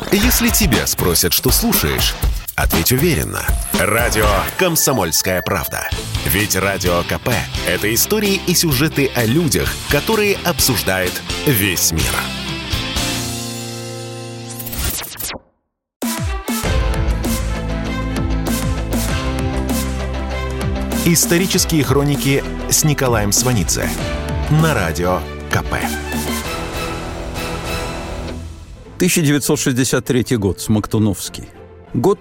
Если тебя спросят, что слушаешь, ответь уверенно. Радио «Комсомольская правда». Ведь Радио КП – это истории и сюжеты о людях, которые обсуждает весь мир. Исторические хроники с Николаем Сванидзе на Радио КП. 1963 год. Смоктуновский. Год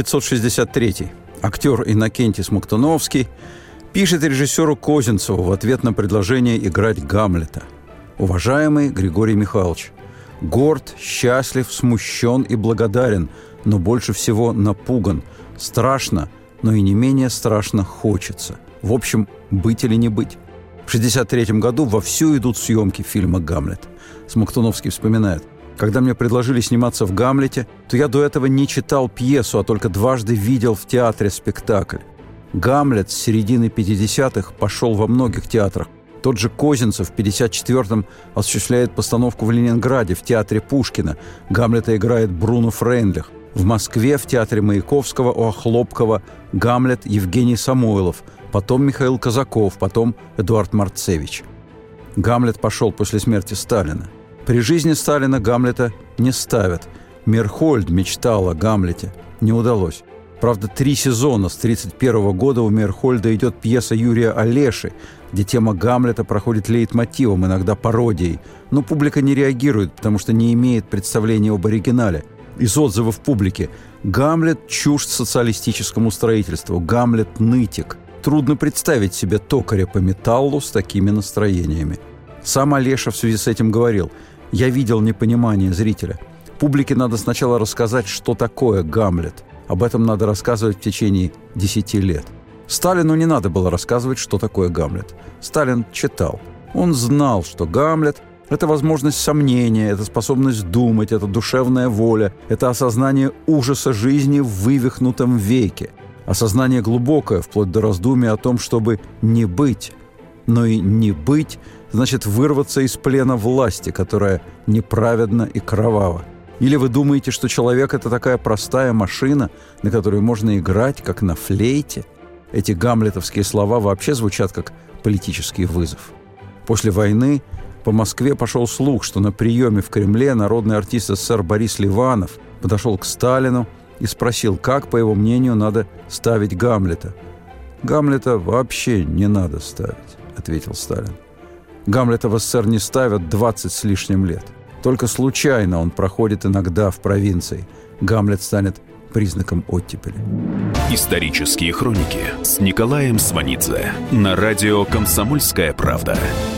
1963. Актер Иннокентий Смоктуновский пишет режиссеру Козинцеву в ответ на предложение играть Гамлета. «Уважаемый Григорий Михайлович, горд, счастлив, смущен и благодарен, но больше всего напуган. Страшно, но и не менее страшно хочется. В общем, быть или не быть». В 1963 году вовсю идут съемки фильма «Гамлет». Смоктуновский вспоминает: «Когда мне предложили сниматься в «Гамлете», то я до этого не читал пьесу, а только дважды видел в театре спектакль. «Гамлет» с середины 50-х пошел во многих театрах. Тот же Козинцев в 54-м осуществляет постановку в Ленинграде в театре Пушкина. Гамлета играет Бруно Фрейндлих. В Москве в театре Маяковского у Охлопкова Гамлет Евгений Самойлов, потом Михаил Казаков, потом Эдуард Марцевич. Гамлет пошел после смерти Сталина. При жизни Сталина Гамлета не ставят. Мирхольд мечтал о Гамлете. Не удалось. Правда, 3 сезона с 1931 года у Мирхольда идет пьеса Юрия Олеши, где тема Гамлета проходит лейтмотивом, иногда пародией. Но публика не реагирует, потому что не имеет представления об оригинале. Из отзывов публики: «Гамлет чужд социалистическому строительству. Гамлет – нытик. Трудно представить себе токаря по металлу с такими настроениями». Сам Олеша в связи с этим говорил: «Я видел непонимание зрителя. Публике надо сначала рассказать, что такое Гамлет. Об этом надо рассказывать в течение 10 лет». Сталину не надо было рассказывать, что такое Гамлет. Сталин читал. Он знал, что Гамлет – это возможность сомнения, это способность думать, это душевная воля, это осознание ужаса жизни в вывихнутом веке. Осознание глубокое, вплоть до раздумия о том, чтобы не быть. Но и не быть – значит вырваться из плена власти, которая неправедна и кровава. Или вы думаете, что человек – это такая простая машина, на которой можно играть, как на флейте? Эти гамлетовские слова вообще звучат как политический вызов. После войны по Москве пошел слух, что на приеме в Кремле народный артист СССР Борис Ливанов подошел к Сталину и спросил, как, по его мнению, надо ставить Гамлета. «Гамлета вообще не надо ставить», – ответил Сталин. Гамлета в СССР не ставят 20 с лишним лет. Только случайно он проходит иногда в провинции. Гамлет станет признаком оттепели. Исторические хроники с Николаем Сванидзе на радио «Комсомольская правда».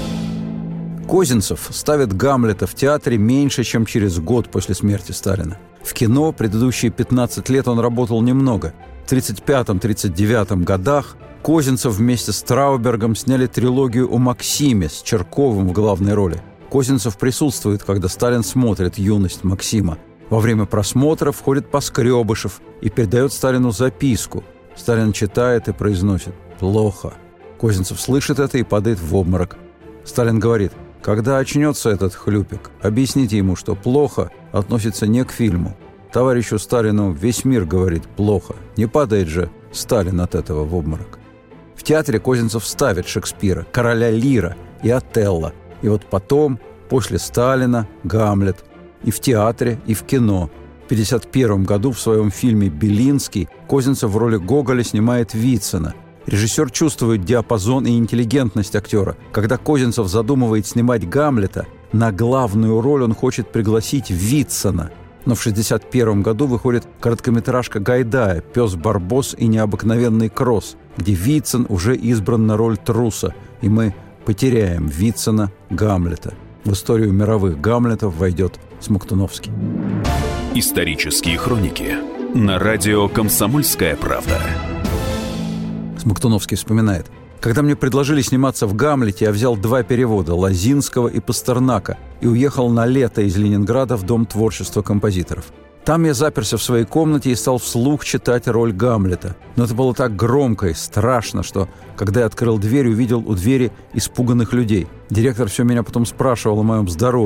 Козинцев ставит Гамлета в театре меньше, чем через год после смерти Сталина. В кино предыдущие 15 лет он работал немного. В 1935-1939 годах Козинцев вместе с Траубергом сняли трилогию о Максиме с Черковым в главной роли. Козинцев присутствует, когда Сталин смотрит «Юность Максима». Во время просмотра входит Поскребышев и передает Сталину записку. Сталин читает и произносит: «Плохо». Козинцев слышит это и падает в обморок. Сталин говорит: «Когда очнется этот хлюпик, объясните ему, что плохо относится не к фильму. Товарищу Сталину весь мир говорит плохо. Не падает же Сталин от этого в обморок». В театре Козинцев ставит Шекспира, Короля Лира и Отелло. И вот потом, после Сталина, Гамлет. И в театре, и в кино. В 1951 году в своем фильме «Белинский» Козинцев в роли Гоголя снимает Вицина. Режиссер чувствует диапазон и интеллигентность актера. Когда Козинцев задумывает снимать Гамлета, на главную роль он хочет пригласить Вицина. Но в 1961 году выходит короткометражка Гайдая «Пес Барбос и необыкновенный кросс», где Вицин уже избран на роль труса, и мы потеряем Вицина, Гамлета. В историю мировых Гамлетов войдет Смоктуновский. Исторические хроники на радио «Комсомольская правда». Смоктуновский вспоминает: «Когда мне предложили сниматься в «Гамлете», я взял 2 перевода – Лозинского и Пастернака, и уехал на лето из Ленинграда в Дом творчества композиторов. Там я заперся в своей комнате и стал вслух читать роль Гамлета. Но это было так громко и страшно, что, когда я открыл дверь, увидел у двери испуганных людей. Директор все меня потом спрашивал о моем здоровье.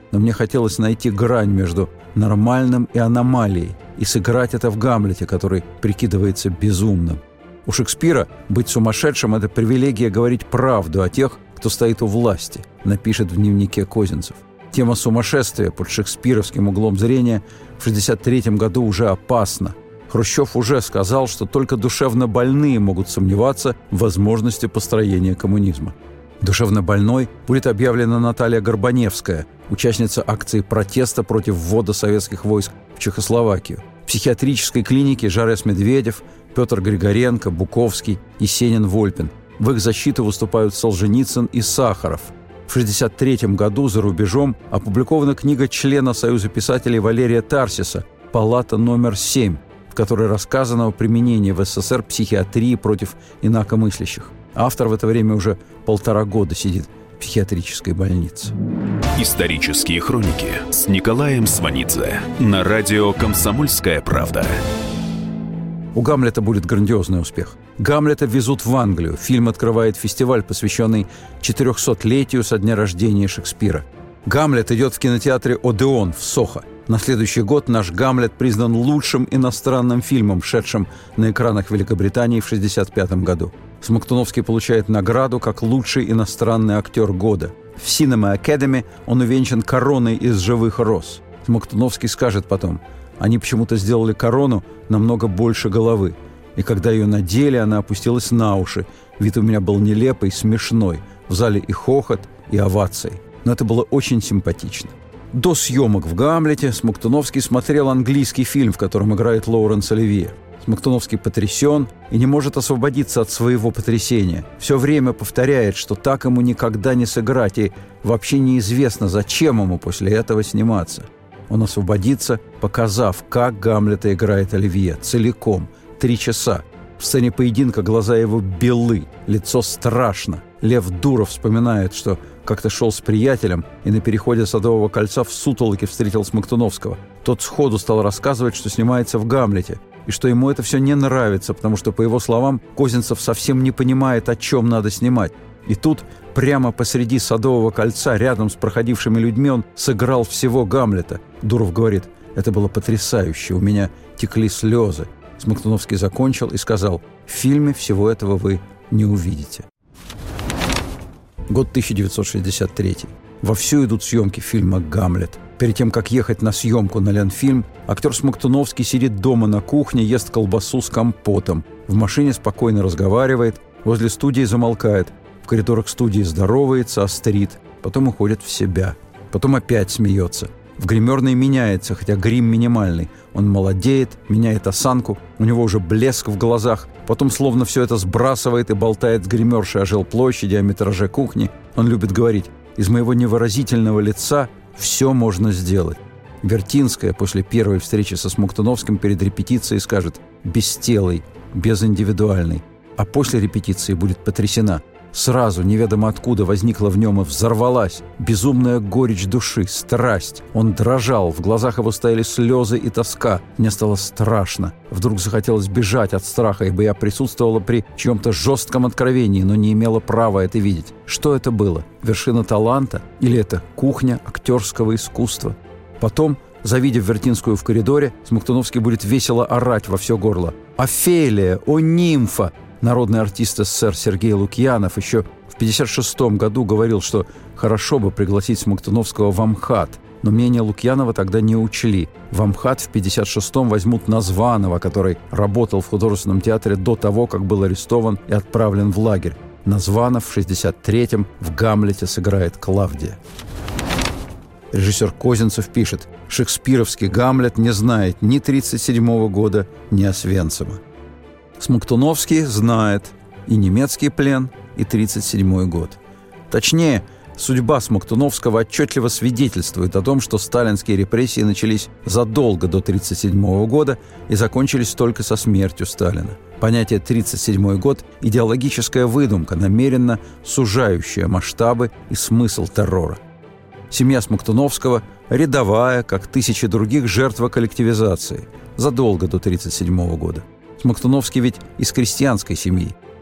но мне хотелось найти грань между нормальным и аномалией и сыграть это в Гамлете, который прикидывается безумным. У Шекспира быть сумасшедшим – это привилегия говорить правду о тех, кто стоит у власти, напишет в дневнике Козинцев. Тема сумасшествия под шекспировским углом зрения в 1963 году уже опасна. Хрущев уже сказал, что только душевно больные могут сомневаться в возможности построения коммунизма. Душевно больной будет объявлена Наталья Горбаневская, участница акции протеста против ввода советских войск в Чехословакию. В психиатрической клинике Жарес Медведев, Петр Григоренко, Буковский, Есенин-Вольпин. В их защиту выступают Солженицын и Сахаров. В 1963 году за рубежом опубликована книга члена Союза писателей Валерия Тарсиса «Палата номер 7», в которой рассказано о применении в СССР психиатрии против инакомыслящих. Автор в это время уже 1,5 года сидит в психиатрической больнице. Исторические хроники с Николаем Сванидзе на радио «Комсомольская правда». У «Гамлета» будет грандиозный успех. «Гамлета» везут в Англию. Фильм открывает фестиваль, посвященный 400-летию со дня рождения Шекспира. «Гамлет» идет в кинотеатре «Одеон» в Сохо. На следующий год наш «Гамлет» признан лучшим иностранным фильмом, шедшим на экранах Великобритании в 1965 году. Смоктуновский получает награду как лучший иностранный актер года. В Cinema Academy он увенчан короной из живых роз. Смоктуновский скажет потом: «Они почему-то сделали корону намного больше головы. И когда ее надели, она опустилась на уши. Вид у меня был нелепый, смешной. В зале и хохот, и овации. Но это было очень симпатично». До съемок в «Гамлете» Смоктуновский смотрел английский фильм, в котором играет Лоуренс Оливье. Смоктуновский потрясен и не может освободиться от своего потрясения. Все время повторяет, что так ему никогда не сыграть, и вообще неизвестно, зачем ему после этого сниматься. Он освободится, показав, как Гамлета играет Оливье, целиком, 3 часа. В сцене поединка глаза его белы, лицо страшно. Лев Дуров вспоминает, что как-то шел с приятелем и на переходе Садового кольца в сутолоке встретил Смоктуновского. Тот сходу стал рассказывать, что снимается в «Гамлете», и что ему это все не нравится, потому что, по его словам, Козинцев совсем не понимает, о чем надо снимать. И тут, прямо посреди Садового кольца, рядом с проходившими людьми, он сыграл всего Гамлета. Дуров говорит: «Это было потрясающе, у меня текли слезы». Смоктуновский закончил и сказал: «В фильме всего этого вы не увидите». Год 1963. Вовсю идут съемки фильма «Гамлет». Перед тем, как ехать на съемку на Ленфильм, актер Смоктуновский сидит дома на кухне, ест колбасу с компотом. В машине спокойно разговаривает, возле студии замолкает. В коридорах студии здоровается, острит, потом уходит в себя. Потом опять смеется. В гримерной меняется, хотя грим минимальный. Он молодеет, меняет осанку, у него уже блеск в глазах. Потом словно все это сбрасывает и болтает с гримершей о жилплощади, о метраже кухни. Он любит говорить: «Из моего невыразительного лица все можно сделать». Вертинская после первой встречи со Смоктуновским перед репетицией скажет: «Бестелый, безиндивидуальный». А после репетиции будет потрясена. Сразу, неведомо откуда, возникла в нем и взорвалась безумная горечь души, страсть. Он дрожал, в глазах его стояли слезы и тоска. Мне стало страшно. Вдруг захотелось бежать от страха, ибо я присутствовала при чьем-то жестком откровении, но не имела права это видеть. Что это было? Вершина таланта? Или это кухня актерского искусства? Потом, завидев Вертинскую в коридоре, Смоктуновский будет весело орать во все горло: «Офелия! О, нимфа!» Народный артист СССР Сергей Лукьянов еще в 1956 году говорил, что хорошо бы пригласить Смоктуновского в Амхат, но мнение Лукьянова тогда не учли. В Амхат в 1956-м возьмут Названова, который работал в художественном театре до того, как был арестован и отправлен в лагерь. Названов в 1963-м в «Гамлете» сыграет Клавдия. Режиссер Козинцев пишет: «Шекспировский Гамлет не знает ни 1937 года, ни Освенцима». Смоктуновский знает и немецкий плен, и 1937 год. Точнее, судьба Смоктуновского отчетливо свидетельствует о том, что сталинские репрессии начались задолго до 1937 года и закончились только со смертью Сталина. Понятие «1937 год» – идеологическая выдумка, намеренно сужающая масштабы и смысл террора. Семья Смоктуновского – рядовая, как тысячи других, жертва коллективизации, задолго до 1937 года. Смоктуновский ведь из крестьянской семьи.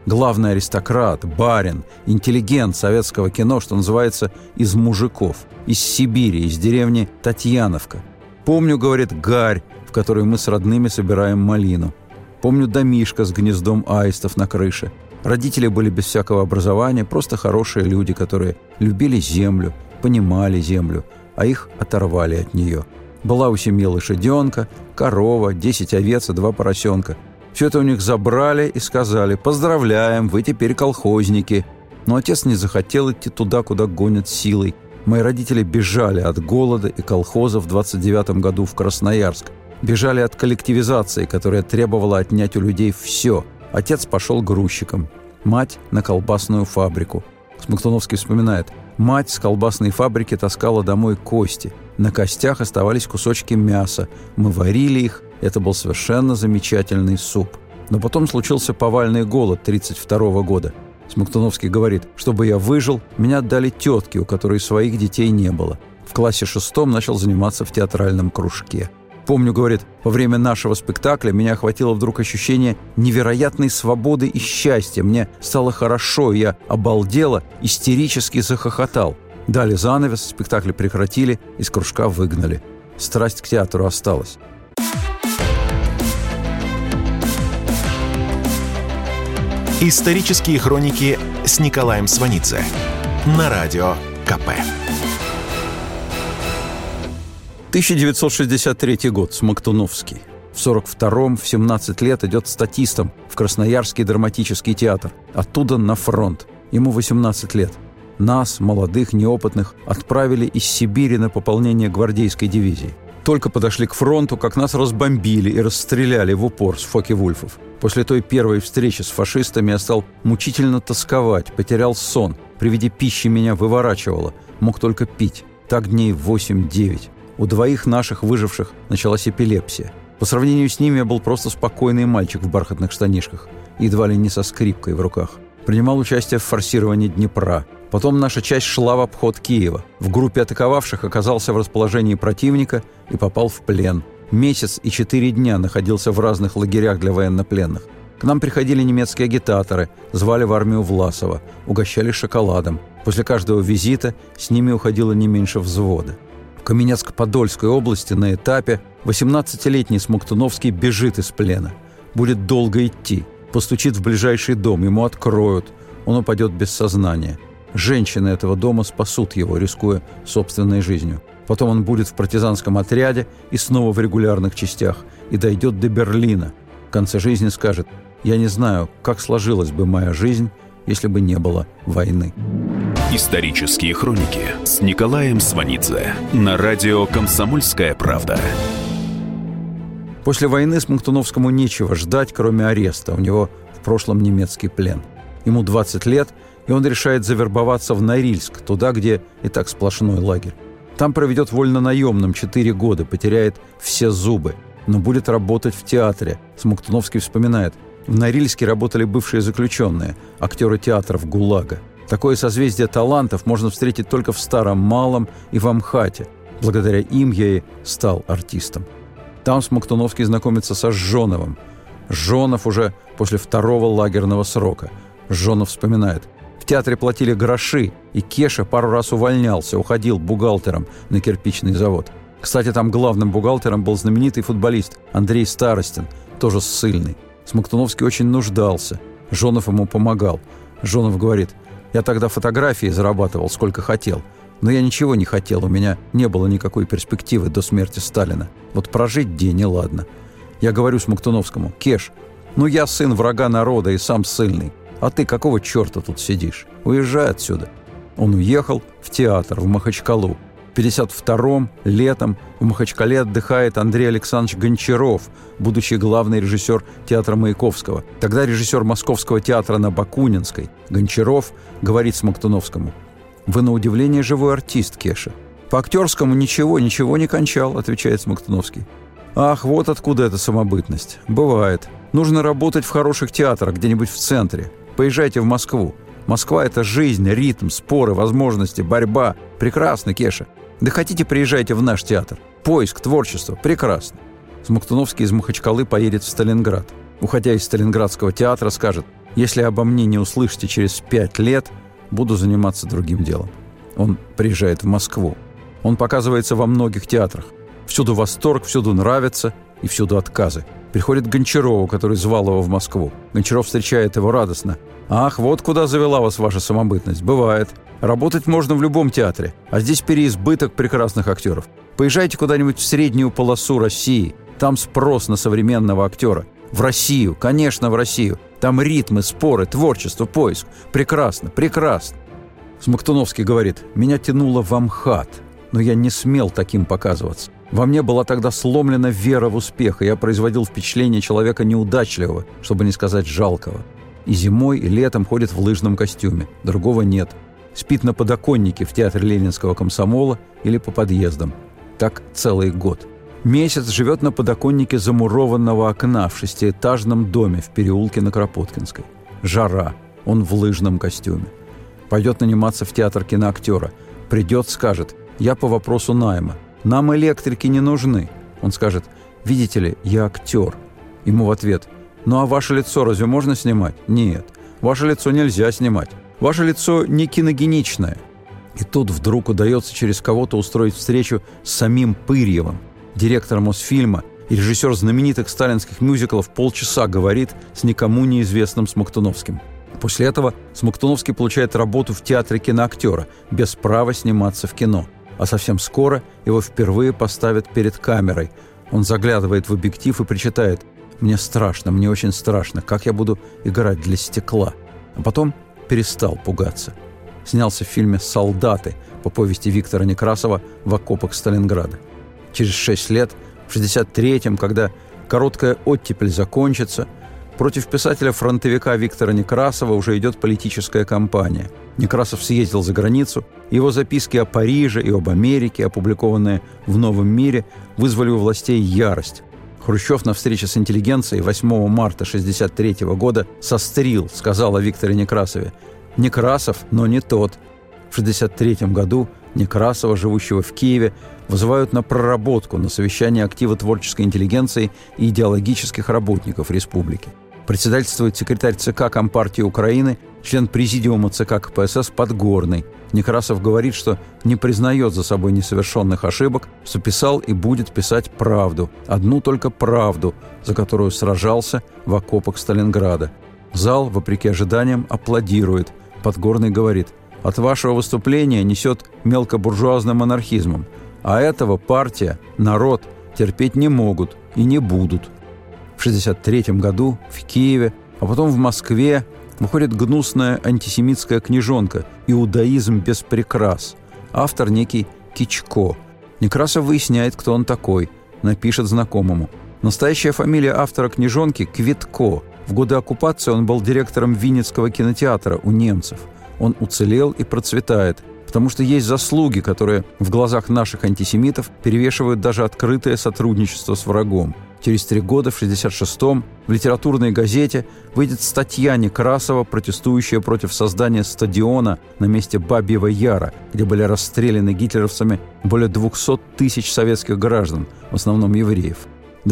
Главный аристократ, барин, интеллигент советского кино, что называется, из мужиков, из Сибири, из деревни Татьяновка. Помню, говорит, гарь, в которой мы с родными собираем малину. Помню домишко с гнездом аистов на крыше. Родители были без всякого образования, просто хорошие люди, которые любили землю, понимали землю, а их оторвали от нее. Была у семьи лошаденка, корова, 10 овец и 2 поросенка. Все это у них забрали и сказали: «Поздравляем, вы теперь колхозники». Но отец не захотел идти туда, куда гонят силой. Мои родители бежали от голода и колхоза в 29 году в Красноярск. Бежали от коллективизации, которая требовала отнять у людей все. Отец пошел грузчиком, мать на колбасную фабрику. Смоктуновский вспоминает: мать с колбасной фабрики таскала домой кости. На костях оставались кусочки мяса. Мы варили их. Это был совершенно замечательный суп. Но потом случился повальный голод 1932 года. Смоктуновский говорит: чтобы я выжил, меня отдали тетке, у которой своих детей не было. В классе 6 начал заниматься в театральном кружке. Помню, говорит, во время нашего спектакля меня охватило вдруг ощущение невероятной свободы и счастья. Мне стало хорошо, я обалдело, истерически захохотал. Дали занавес, спектакль прекратили, из кружка выгнали. Страсть к театру осталась. Исторические хроники с Николаем Сванидзе на Радио КП. 1963 год, Смоктуновский. В 42-м, в 17 лет идет статистом в Красноярский драматический театр. Оттуда на фронт. Ему 18 лет. Нас, молодых, неопытных, отправили из Сибири на пополнение гвардейской дивизии. Только подошли к фронту, как нас разбомбили и расстреляли в упор с Фоке-Вульфов. После той первой встречи с фашистами я стал мучительно тосковать, потерял сон. При виде пищи меня выворачивало. Мог только пить. Так дней 8-9. У 2 наших выживших началась эпилепсия. По сравнению с ними я был просто спокойный мальчик в бархатных штанишках, едва ли не со скрипкой в руках. Принимал участие в форсировании Днепра. Потом наша часть шла в обход Киева. В группе атаковавших оказался в расположении противника и попал в плен. Месяц и 4 дня находился в разных лагерях для военнопленных. К нам приходили немецкие агитаторы, звали в армию Власова, угощали шоколадом. После каждого визита с ними уходило не меньше взвода. В Каменецк-Подольской области на этапе 18-летний Смоктуновский бежит из плена. Будет долго идти. Постучит в ближайший дом, ему откроют. Он упадет без сознания. Женщины этого дома спасут его, рискуя собственной жизнью. Потом он будет в партизанском отряде и снова в регулярных частях. И дойдет до Берлина. В конце жизни скажет: «Я не знаю, как сложилась бы моя жизнь, если бы не было войны». Исторические хроники с Николаем Сванидзе на радио «Комсомольская правда». После войны Смоктуновскому нечего ждать, кроме ареста. У него в прошлом немецкий плен. Ему 20 лет, и он решает завербоваться в Норильск, туда, где и так сплошной лагерь. Там проведет вольнонаемным 4 года, потеряет все зубы, но будет работать в театре. Смоктуновский вспоминает: в Норильске работали бывшие заключенные, актеры театров ГУЛАГа. Такое созвездие талантов можно встретить только в Старом Малом и в Амхате. Благодаря им я и стал артистом. Там Смоктуновский знакомится со Жжоновым. Жжонов уже после 2-го лагерного срока. Жжонов вспоминает: в театре платили гроши, и Кеша пару раз увольнялся, уходил бухгалтером на кирпичный завод. Кстати, там главным бухгалтером был знаменитый футболист Андрей Старостин, тоже ссыльный. Смоктуновский очень нуждался. Жжонов ему помогал. Жжонов говорит: я тогда фотографии зарабатывал сколько хотел, но я ничего не хотел, у меня не было никакой перспективы до смерти Сталина. Вот прожить день и ладно. Я говорю Смоктуновскому: Кеш, ну я сын врага народа и сам ссыльный, а ты какого черта тут сидишь? Уезжай отсюда. Он уехал в театр в Махачкалу. В 1952-м, летом, в Махачкале отдыхает Андрей Александрович Гончаров, будущий главный режиссер театра Маяковского. Тогда режиссер Московского театра на Бакунинской. Гончаров говорит Смоктуновскому: «Вы, на удивление, живой артист, Кеша». «По актерскому ничего не кончал», — отвечает Смоктуновский. «Ах, вот откуда эта самобытность. Бывает. Нужно работать в хороших театрах, где-нибудь в центре. Поезжайте в Москву. Москва — это жизнь, ритм, споры, возможности, борьба. Прекрасно, Кеша. Да хотите, приезжайте в наш театр. Поиск, творчество. Прекрасно». Смоктуновский из Махачкалы поедет в Сталинград. Уходя из Сталинградского театра, скажет: Если обо мне не услышите через 5 лет, буду заниматься другим делом. Он приезжает в Москву. Он показывается во многих театрах. Всюду восторг, всюду нравится и всюду отказы. Приходит к Гончарову, который звал его в Москву. Гончаров встречает его радостно. «Ах, вот куда завела вас ваша самобытность. Бывает. Работать можно в любом театре, а здесь переизбыток прекрасных актеров. Поезжайте куда-нибудь в среднюю полосу России. Там спрос на современного актера. В Россию, конечно, в Россию. Там ритмы, споры, творчество, поиск. Прекрасно, прекрасно». Смоктуновский говорит: «Меня тянуло в МХАТ, но я не смел таким показываться. Во мне была тогда сломлена вера в успех, и я производил впечатление человека неудачливого, чтобы не сказать жалкого. И зимой, и летом ходит в лыжном костюме. Другого нет. Спит на подоконнике в театре Ленинского комсомола или по подъездам. Так целый год. Месяц живет на подоконнике замурованного окна в 6-этажном доме в переулке на Кропоткинской. Жара. Он в лыжном костюме. Пойдет наниматься в театр киноактера. Придет, скажет: «Я по вопросу найма. Нам электрики не нужны». Он скажет: «Видите ли, я актер». Ему в ответ: «Ну а ваше лицо разве можно снимать?» «Нет, ваше лицо нельзя снимать. Ваше лицо не киногеничное». И тут вдруг удается через кого-то устроить встречу с самим Пырьевым, директором Мосфильма, и режиссер знаменитых сталинских мюзиклов полчаса говорит с никому неизвестным Смоктуновским. После этого Смоктуновский получает работу в театре киноактера без права сниматься в кино. А совсем скоро его впервые поставят перед камерой. Он заглядывает в объектив и причитает: «Мне страшно, мне очень страшно. Как я буду играть для стекла?» А потом перестал пугаться. Снялся в фильме «Солдаты» по повести Виктора Некрасова «В окопах Сталинграда». Через 6 лет, в 1963-м, когда короткая оттепель закончится, против писателя-фронтовика Виктора Некрасова уже идет политическая кампания. Некрасов съездил за границу, его записки о Париже и об Америке, опубликованные в «Новом мире», вызвали у властей ярость. Хрущев на встрече с интеллигенцией 8 марта 1963 года сострил, сказал о Викторе Некрасове: «Некрасов, но не тот». В 1963 году Некрасова, живущего в Киеве, вызывают на проработку на совещание актива творческой интеллигенции и идеологических работников республики. Председательствует секретарь ЦК Компартии Украины, член президиума ЦК КПСС Подгорный. Некрасов говорит, что не признает за собой несовершенных ошибок, что писал и будет писать правду, одну только правду, за которую сражался в окопах Сталинграда. Зал, вопреки ожиданиям, аплодирует. Подгорный говорит: «От вашего выступления несет мелкобуржуазным анархизмом, а этого партия, народ терпеть не могут и не будут». В 1963 году в Киеве, а потом в Москве выходит гнусная антисемитская книжонка «Иудаизм без прикрас». Автор некий Кичко. Некрасов выясняет, кто он такой, напишет знакомому. Настоящая фамилия автора книжонки – Квитко. В годы оккупации он был директором Винницкого кинотеатра у немцев. Он уцелел и процветает, потому что есть заслуги, которые в глазах наших антисемитов перевешивают даже открытое сотрудничество с врагом. Через 3 года, в 1966-м, в литературной газете выйдет статья Некрасова, протестующая против создания стадиона на месте Бабьего Яра, где были расстреляны гитлеровцами более 200 тысяч советских граждан, в основном евреев.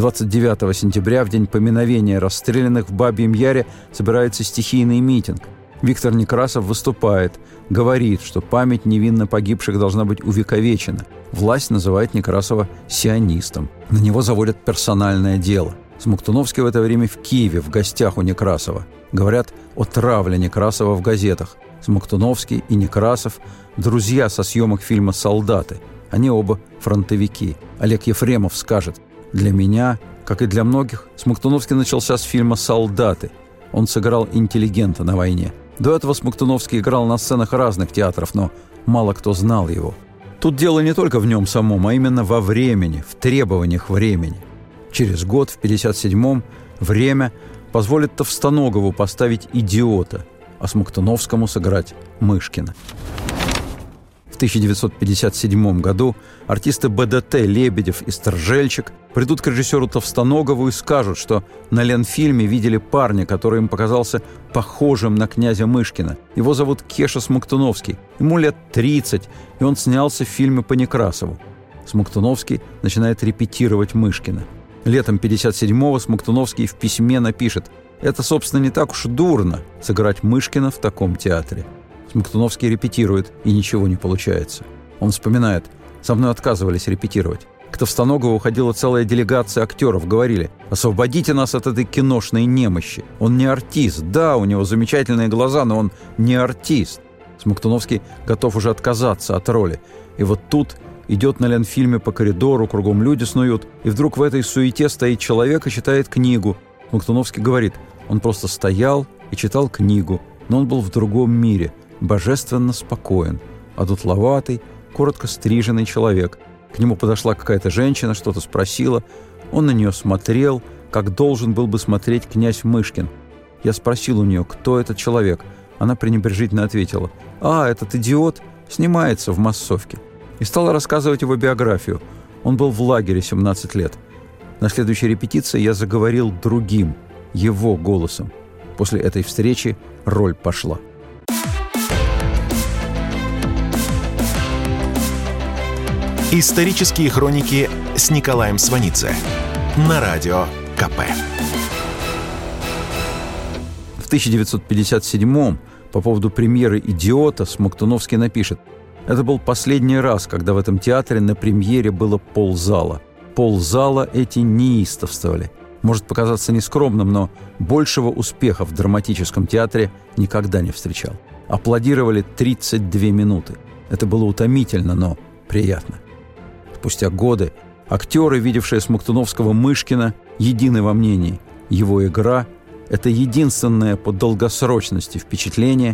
29 сентября, в день поминовения расстрелянных, в Бабьем Яре собирается стихийный митинг. Виктор Некрасов выступает, говорит, что память невинно погибших должна быть увековечена. Власть называет Некрасова сионистом. На него заводят персональное дело. Смоктуновский в это время в Киеве, в гостях у Некрасова. Говорят о травле Некрасова в газетах. Смоктуновский и Некрасов – друзья со съемок фильма «Солдаты». Они оба фронтовики. Олег Ефремов скажет: «Для меня, как и для многих, Смоктуновский начался с фильма «Солдаты». Он сыграл интеллигента на войне. До этого Смоктуновский играл на сценах разных театров, но мало кто знал его. Тут дело не только в нем самом, а именно во времени, в требованиях времени. Через год, в 1957-м, «Время» позволит Товстоногову поставить «Идиота», а Смоктуновскому сыграть Мышкина. В 1957 году артисты БДТ Лебедев и Стржельчик придут к режиссеру Товстоногову и скажут, что на Ленфильме видели парня, который им показался похожим на князя Мышкина. Его зовут Кеша Смоктуновский, ему лет 30, и он снялся в фильме по Некрасову. Смоктуновский начинает репетировать Мышкина. Летом 1957-го Смоктуновский в письме напишет: Это, собственно, не так уж дурно сыграть Мышкина в таком театре. Смоктуновский репетирует, и ничего не получается. Он вспоминает: «Со мной отказывались репетировать. К Товстоногову уходила целая делегация актеров. Говорили: освободите нас от этой киношной немощи. Он не артист. Да, у него замечательные глаза, но он не артист». Смоктуновский готов уже отказаться от роли. И вот тут идет на Ленфильме по коридору, кругом люди снуют, и вдруг в этой суете стоит человек и читает книгу. Смоктуновский говорит: он просто стоял и читал книгу, но он был в другом мире, божественно спокоен, одутловатый, коротко стриженный человек. К нему подошла какая-то женщина, что-то спросила. Он на нее смотрел, как должен был бы смотреть князь Мышкин. Я спросил у нее, кто этот человек. Она пренебрежительно ответила: «А, этот идиот снимается в массовке». И стала рассказывать его биографию. Он был в лагере 17 лет. На следующей репетиции я заговорил другим, его голосом. После этой встречи роль пошла. Исторические хроники с Николаем Сванидзе на Радио КП. В 1957-м по поводу премьеры «Идиота» Смоктуновский напишет: «Это был последний раз, когда в этом театре на премьере было ползала. Ползала эти неистовствовали. Может показаться нескромным, но большего успеха в драматическом театре никогда не встречал. Аплодировали 32 минуты. Это было утомительно, но приятно». Спустя годы актеры, видевшие Смоктуновского Мышкина, едины во мнении: его игра – это единственное по долгосрочности впечатление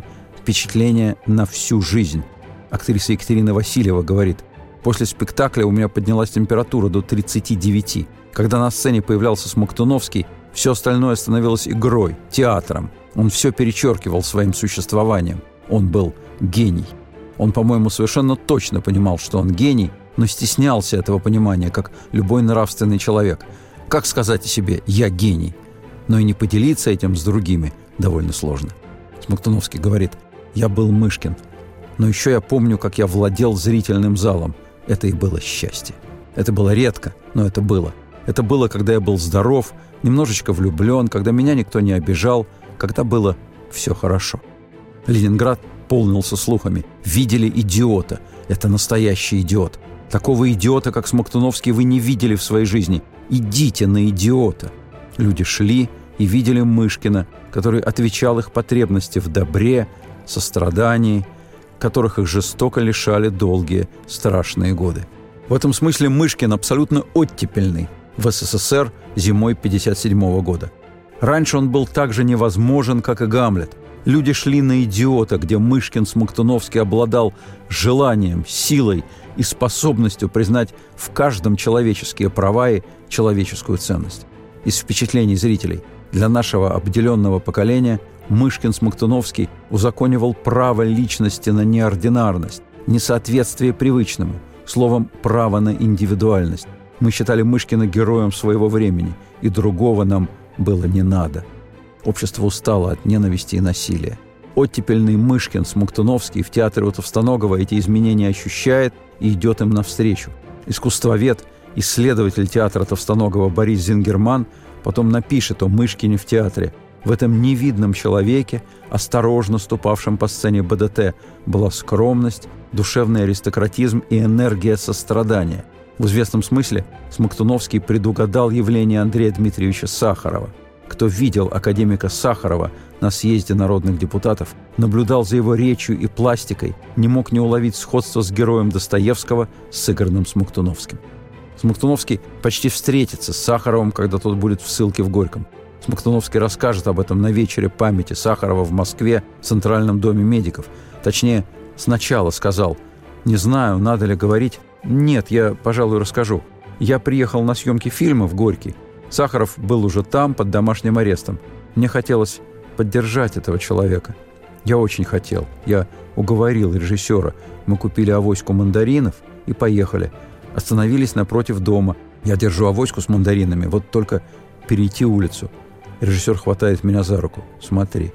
на всю жизнь. Актриса Екатерина Васильева говорит: «После спектакля у меня поднялась температура до 39. Когда на сцене появлялся Смоктуновский, все остальное становилось игрой, театром. Он все перечеркивал своим существованием. Он был гений. Он, по-моему, совершенно точно понимал, что он гений, но стеснялся этого понимания, как любой нравственный человек. Как сказать о себе «я гений»? Но и не поделиться этим с другими довольно сложно». Смоктуновский говорит: «Я был Мышкин. Но еще я помню, как я владел зрительным залом. Это и было счастье. Это было редко, но это было. Это было, когда я был здоров, немножечко влюблен, когда меня никто не обижал, когда было все хорошо». Ленинград полнился слухами. Видели идиота. Это настоящий идиот. Такого идиота, как Смоктуновский, вы не видели в своей жизни. Идите на идиота. Люди шли и видели Мышкина, который отвечал их потребности в добре, сострадании, которых их жестоко лишали долгие, страшные годы. В этом смысле Мышкин абсолютно оттепельный в СССР зимой 1957 года. Раньше он был так же невозможен, как и Гамлет. Люди шли на идиота, где Мышкин Смоктуновский обладал желанием, силой и способностью признать в каждом человеческие права и человеческую ценность. Из впечатлений зрителей для нашего обделенного поколения Мышкин Смоктуновский узаконивал право личности на неординарность, несоответствие привычному, словом, право на индивидуальность. Мы считали Мышкина героем своего времени, и другого нам было не надо. Общество устало от ненависти и насилия. Оттепельный Мышкин Смоктуновский в театре у Товстоногова эти изменения ощущает и идет им навстречу. Искусствовед, исследователь театра Товстоногова Борис Зингерман потом напишет о Мышкине в театре: «В этом невидном человеке, осторожно ступавшем по сцене БДТ, была скромность, душевный аристократизм и энергия сострадания». В известном смысле Смоктуновский предугадал явление Андрея Дмитриевича Сахарова. Кто видел академика Сахарова на съезде народных депутатов, наблюдал за его речью и пластикой, не мог не уловить сходство с героем Достоевского, сыгранным Смоктуновским. Смоктуновский почти встретится с Сахаровым, когда тот будет в ссылке в Горьком. Смоктуновский расскажет об этом на вечере памяти Сахарова в Москве в Центральном доме медиков. Точнее, сначала сказал: «Не знаю, надо ли говорить. Нет, я, пожалуй, расскажу. Я приехал на съемки фильма в Горький. Сахаров был уже там, под домашним арестом. Мне хотелось поддержать этого человека. Я очень хотел. Я уговорил режиссера. Мы купили авоську мандаринов и поехали. Остановились напротив дома. Я держу авоську с мандаринами, вот только перейти улицу. Режиссер хватает меня за руку. Смотри.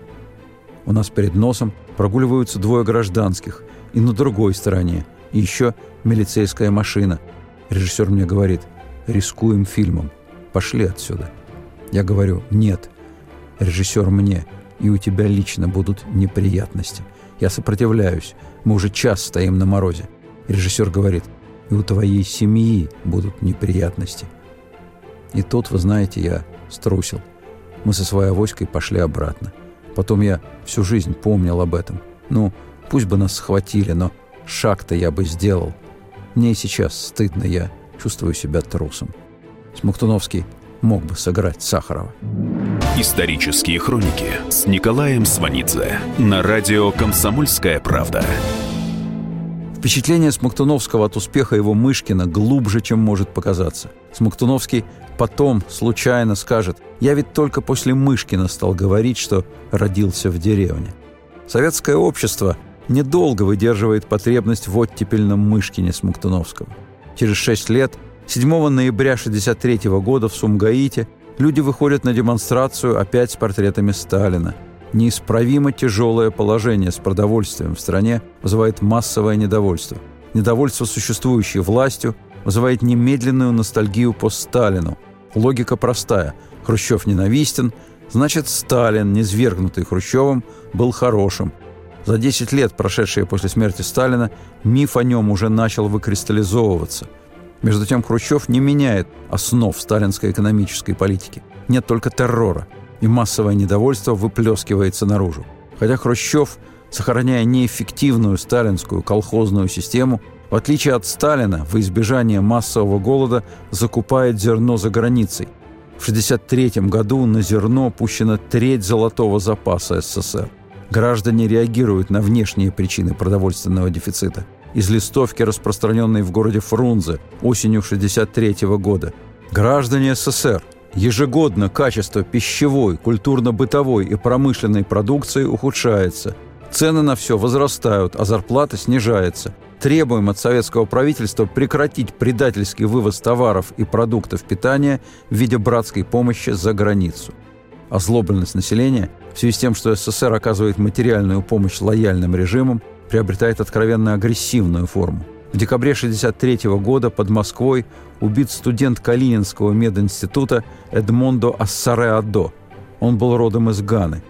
У нас перед носом прогуливаются двое гражданских. И на другой стороне. И еще милицейская машина. Режиссер мне говорит: рискуем фильмом. Пошли отсюда. Я говорю: нет. Режиссер мне: и у тебя лично будут неприятности. Я сопротивляюсь. Мы уже час стоим на морозе. Режиссер говорит: и у твоей семьи будут неприятности. И тут, вы знаете, я струсил. Мы со своей авоськой пошли обратно. Потом я всю жизнь помнил об этом. Ну, пусть бы нас схватили, но шаг-то я бы сделал. Мне и сейчас стыдно, я чувствую себя трусом. Смоктуновский мог бы сыграть Сахарова. Исторические хроники с Николаем Сванидзе на радио «Комсомольская правда». Впечатление Смоктуновского от успеха его Мышкина глубже, чем может показаться. Смоктуновский потом случайно скажет: «Я ведь только после Мышкина стал говорить, что родился в деревне». Советское общество недолго выдерживает потребность в оттепельном Мышкине Смоктуновского. Через 6 лет, 7 ноября 1963 года в Сумгаите, люди выходят на демонстрацию опять с портретами Сталина. Неисправимо тяжелое положение с продовольствием в стране вызывает массовое недовольство. Недовольство существующей властью вызывает немедленную ностальгию по Сталину. Логика простая: Хрущев ненавистен, значит, Сталин, низвергнутый Хрущевым, был хорошим. За 10 лет, прошедшие после смерти Сталина, миф о нем уже начал выкристаллизовываться. Между тем, Хрущев не меняет основ сталинской экономической политики. Нет только террора, и массовое недовольство выплескивается наружу. Хотя Хрущев, сохраняя неэффективную сталинскую колхозную систему, в отличие от Сталина, во избежание массового голода закупает зерно за границей. В 1963 году на зерно пущена треть золотого запаса СССР. Граждане реагируют на внешние причины продовольственного дефицита. Из листовки, распространенной в городе Фрунзе осенью 1963 года: «Граждане СССР, ежегодно качество пищевой, культурно-бытовой и промышленной продукции ухудшается. Цены на все возрастают, а зарплата снижается. Требуем от советского правительства прекратить предательский вывоз товаров и продуктов питания в виде братской помощи за границу». Озлобленность населения в связи с тем, что СССР оказывает материальную помощь лояльным режимам, приобретает откровенно агрессивную форму. В декабре 1963 года под Москвой убит студент Калининского мединститута Эдмондо Ассаре-Адо. Он был родом из Ганы.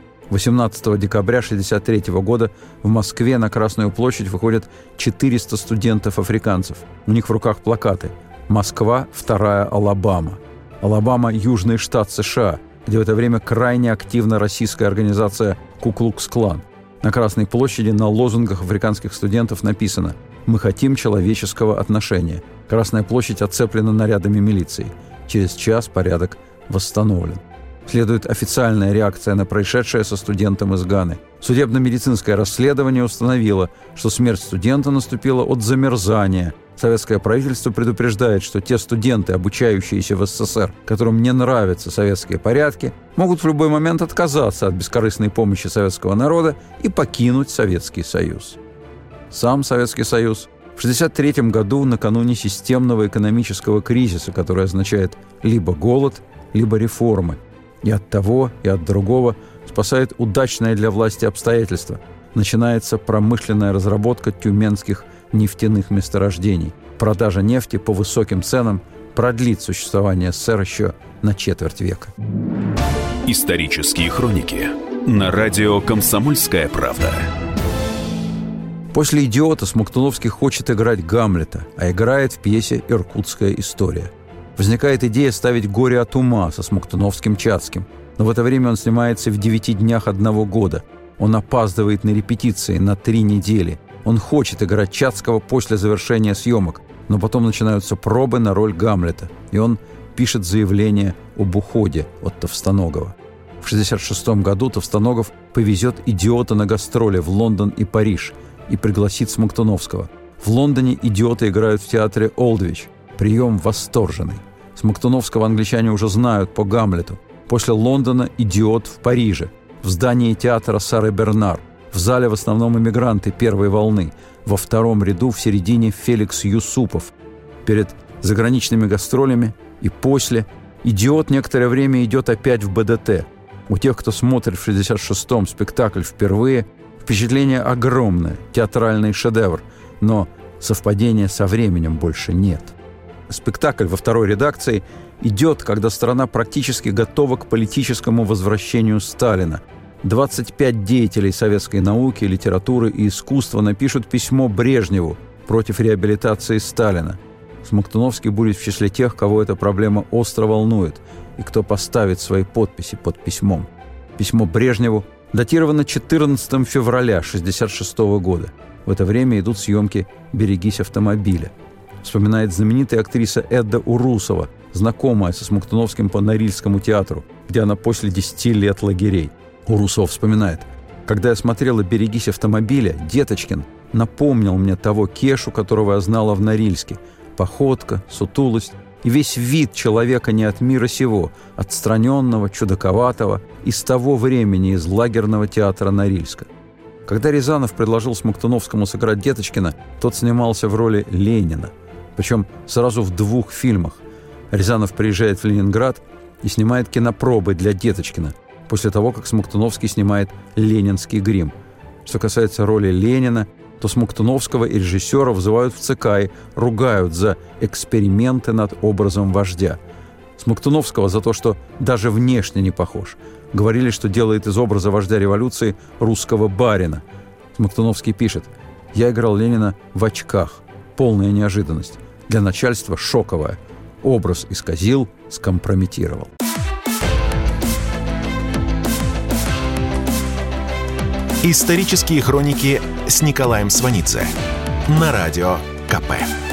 18 декабря 1963 года в Москве на Красную площадь выходят 400 студентов-африканцев. У них в руках плакаты: «Москва, вторая Алабама». Алабама – южный штат США, где в это время крайне активна российская организация Ку-Клукс-Клан. На Красной площади на лозунгах африканских студентов написано: «Мы хотим человеческого отношения». Красная площадь оцеплена нарядами милиции. Через час порядок восстановлен. Следует официальная реакция на происшедшее со студентом из Ганы. Судебно-медицинское расследование установило, что смерть студента наступила от замерзания. Советское правительство предупреждает, что те студенты, обучающиеся в СССР, которым не нравятся советские порядки, могут в любой момент отказаться от бескорыстной помощи советского народа и покинуть Советский Союз. Сам Советский Союз в 1963 году, накануне системного экономического кризиса, который означает либо голод, либо реформы. И от того, и от другого спасает удачное для власти обстоятельство. Начинается промышленная разработка тюменских нефтяных месторождений. Продажа нефти по высоким ценам продлит существование СССР еще на четверть века. Исторические хроники на радио «Комсомольская правда». После «Идиота» Смоктуновский хочет играть Гамлета, а играет в пьесе «Иркутская история». Возникает идея ставить «Горе от ума» со Смоктуновским-Чацким, но в это время он снимается в 9 днях одного года. Он опаздывает на репетиции на 3 недели. Он хочет играть Чацкого после завершения съемок, но потом начинаются пробы на роль Гамлета, и он пишет заявление об уходе от Товстоногова. В 1966 году Товстоногов повезет «Идиота» на гастроли в Лондон и Париж и пригласит Смоктуновского. В Лондоне «Идиоты» играют в театре «Олдвич». Прием восторженный. Смоктуновского англичане уже знают по Гамлету. После Лондона «Идиот» в Париже, в здании театра Сары Бернар. В зале в основном эмигранты первой волны. Во втором ряду в середине Феликс Юсупов. Перед заграничными гастролями и после «Идиот» некоторое время идет опять в БДТ. У тех, кто смотрит в 66-м спектакль впервые, впечатление огромное, театральный шедевр, но совпадения со временем больше нет. Спектакль во второй редакции идет, когда страна практически готова к политическому возвращению Сталина. 25 деятелей советской науки, литературы и искусства напишут письмо Брежневу против реабилитации Сталина. Смоктуновский будет в числе тех, кого эта проблема остро волнует и кто поставит свои подписи под письмом. Письмо Брежневу датировано 14 февраля 1966 года. В это время идут съемки «Берегись автомобиля». Вспоминает знаменитая актриса Эдда Урусова, знакомая со Смоктуновским по Норильскому театру, где она после 10 лет лагерей. Урусова вспоминает: «Когда я смотрела «Берегись автомобиля», Деточкин напомнил мне того Кешу, которого я знала в Норильске. Походка, сутулость и весь вид человека не от мира сего, отстраненного, чудаковатого, из того времени, из лагерного театра Норильска». Когда Рязанов предложил Смоктуновскому сыграть Деточкина, тот снимался в роли Ленина. Причем сразу в 2 фильмах. Рязанов приезжает в Ленинград и снимает кинопробы для Деточкина, после того, как Смоктуновский снимает «Ленинский грим». Что касается роли Ленина, то Смоктуновского и режиссера вызывают в ЦК и ругают за эксперименты над образом вождя. Смоктуновского за то, что даже внешне не похож. Говорили, что делает из образа вождя революции русского барина. Смоктуновский пишет: «Я играл Ленина в очках. Полная неожиданность. Для начальства шоковая. Образ исказил, скомпрометировал». Исторические хроники с Николаем Сванидзе на Радио КП.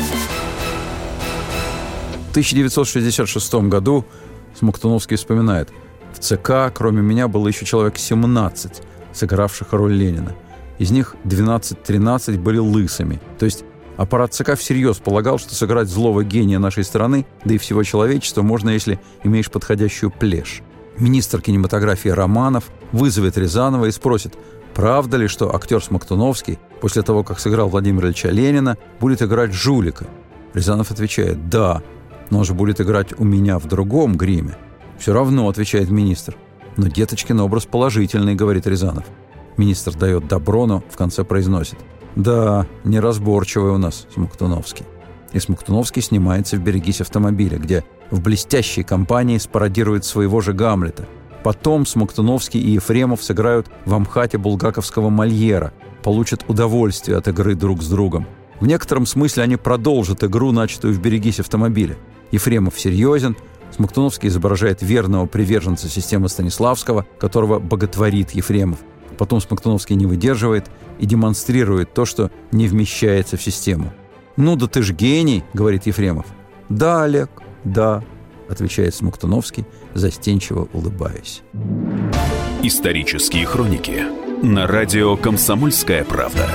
В 1966 году Смоктуновский вспоминает: «В ЦК, кроме меня, было еще человек 17, сыгравших роль Ленина. Из них 12-13 были лысыми. То есть аппарат ЦК всерьез полагал, что сыграть злого гения нашей страны, да и всего человечества, можно, если имеешь подходящую плешь. Министр кинематографии Романов вызовет Рязанова и спросит: правда ли, что актер Смоктуновский после того, как сыграл Владимира Ильича Ленина, будет играть жулика? Рязанов отвечает: да, но он же будет играть у меня в другом гриме. Все равно, отвечает министр. Но Деточкин образ положительный, говорит Рязанов. Министр дает добро, но в конце произносит: да, неразборчивый у нас Смоктуновский. И Смоктуновский снимается в «Берегись автомобиля», где в блестящей компании спародирует своего же Гамлета. Потом Смоктуновский и Ефремов сыграют в Амхате булгаковского Мольера, получат удовольствие от игры друг с другом. В некотором смысле они продолжат игру, начатую в «Берегись автомобиля». Ефремов серьезен, Смоктуновский изображает верного приверженца системы Станиславского, которого боготворит Ефремов. Потом Смоктуновский не выдерживает и демонстрирует то, что не вмещается в систему. «Ну да ты ж гений», — говорит Ефремов. «Да, Олег, да», — отвечает Смоктуновский, застенчиво улыбаясь. Исторические хроники на радио «Комсомольская правда».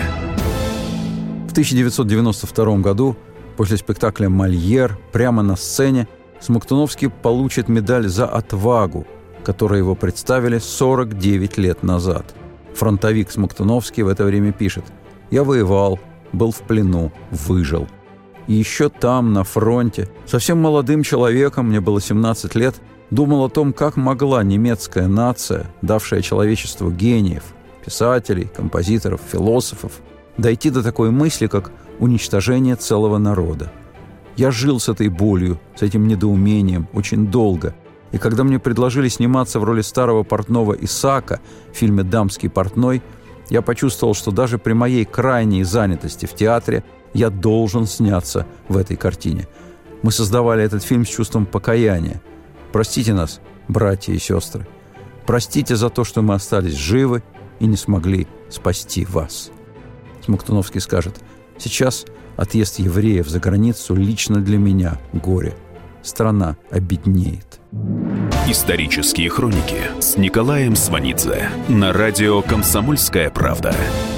В 1992 году после спектакля «Мольер» прямо на сцене Смоктуновский получит медаль за отвагу, которой его представили 49 лет назад. Фронтовик Смоктуновский в это время пишет: «Я воевал, был в плену, выжил. И еще там, на фронте, совсем молодым человеком, мне было 17 лет, думал о том, как могла немецкая нация, давшая человечеству гениев, писателей, композиторов, философов, дойти до такой мысли, как уничтожение целого народа. Я жил с этой болью, с этим недоумением очень долго. И когда мне предложили сниматься в роли старого портного Исаака в фильме «Дамский портной», я почувствовал, что даже при моей крайней занятости в театре я должен сняться в этой картине. Мы создавали этот фильм с чувством покаяния. Простите нас, братья и сестры. Простите за то, что мы остались живы и не смогли спасти вас». Смоктуновский скажет: «Сейчас отъезд евреев за границу лично для меня горе. Страна обеднеет». Исторические хроники с Николаем Сванидзе на радио «Комсомольская правда».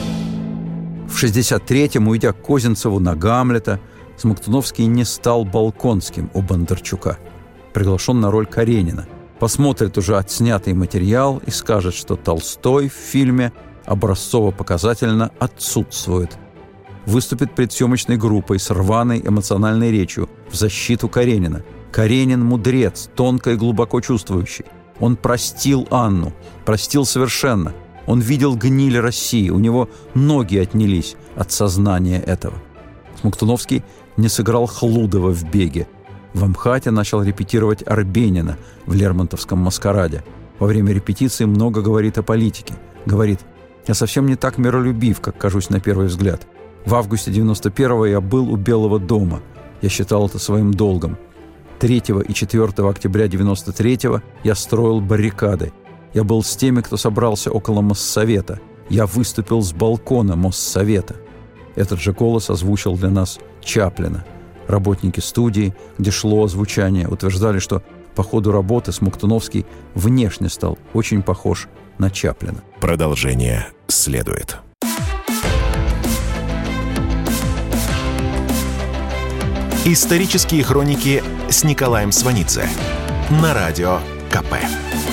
В 1963-м, уйдя к Козинцеву на Гамлета, Смоктуновский не стал Болконским у Бондарчука. Приглашен на роль Каренина. Посмотрит уже отснятый материал и скажет, что Толстой в фильме образцово-показательно отсутствует. Выступит пред съемочной группой с рваной эмоциональной речью в защиту Каренина. Каренин – мудрец, тонко и глубоко чувствующий. Он простил Анну, простил совершенно. Он видел гниль России, у него ноги отнялись от сознания этого. Смоктуновский не сыграл Хлудова в «Беге». В Амхате начал репетировать Арбенина в Лермонтовском «Маскараде». Во время репетиции много говорит о политике. Говорит: «Я совсем не так миролюбив, как кажусь на первый взгляд. В августе 91-го я был у Белого дома. Я считал это своим долгом. 3 и 4 октября 93-го я строил баррикады. Я был с теми, кто собрался около Моссовета. Я выступил с балкона Моссовета». Этот же голос озвучил для нас Чаплина. Работники студии, где шло озвучание, утверждали, что по ходу работы Смоктуновский внешне стал очень похож на Чаплина. Продолжение следует. Исторические хроники с Николаем Сванидзе на радио КП.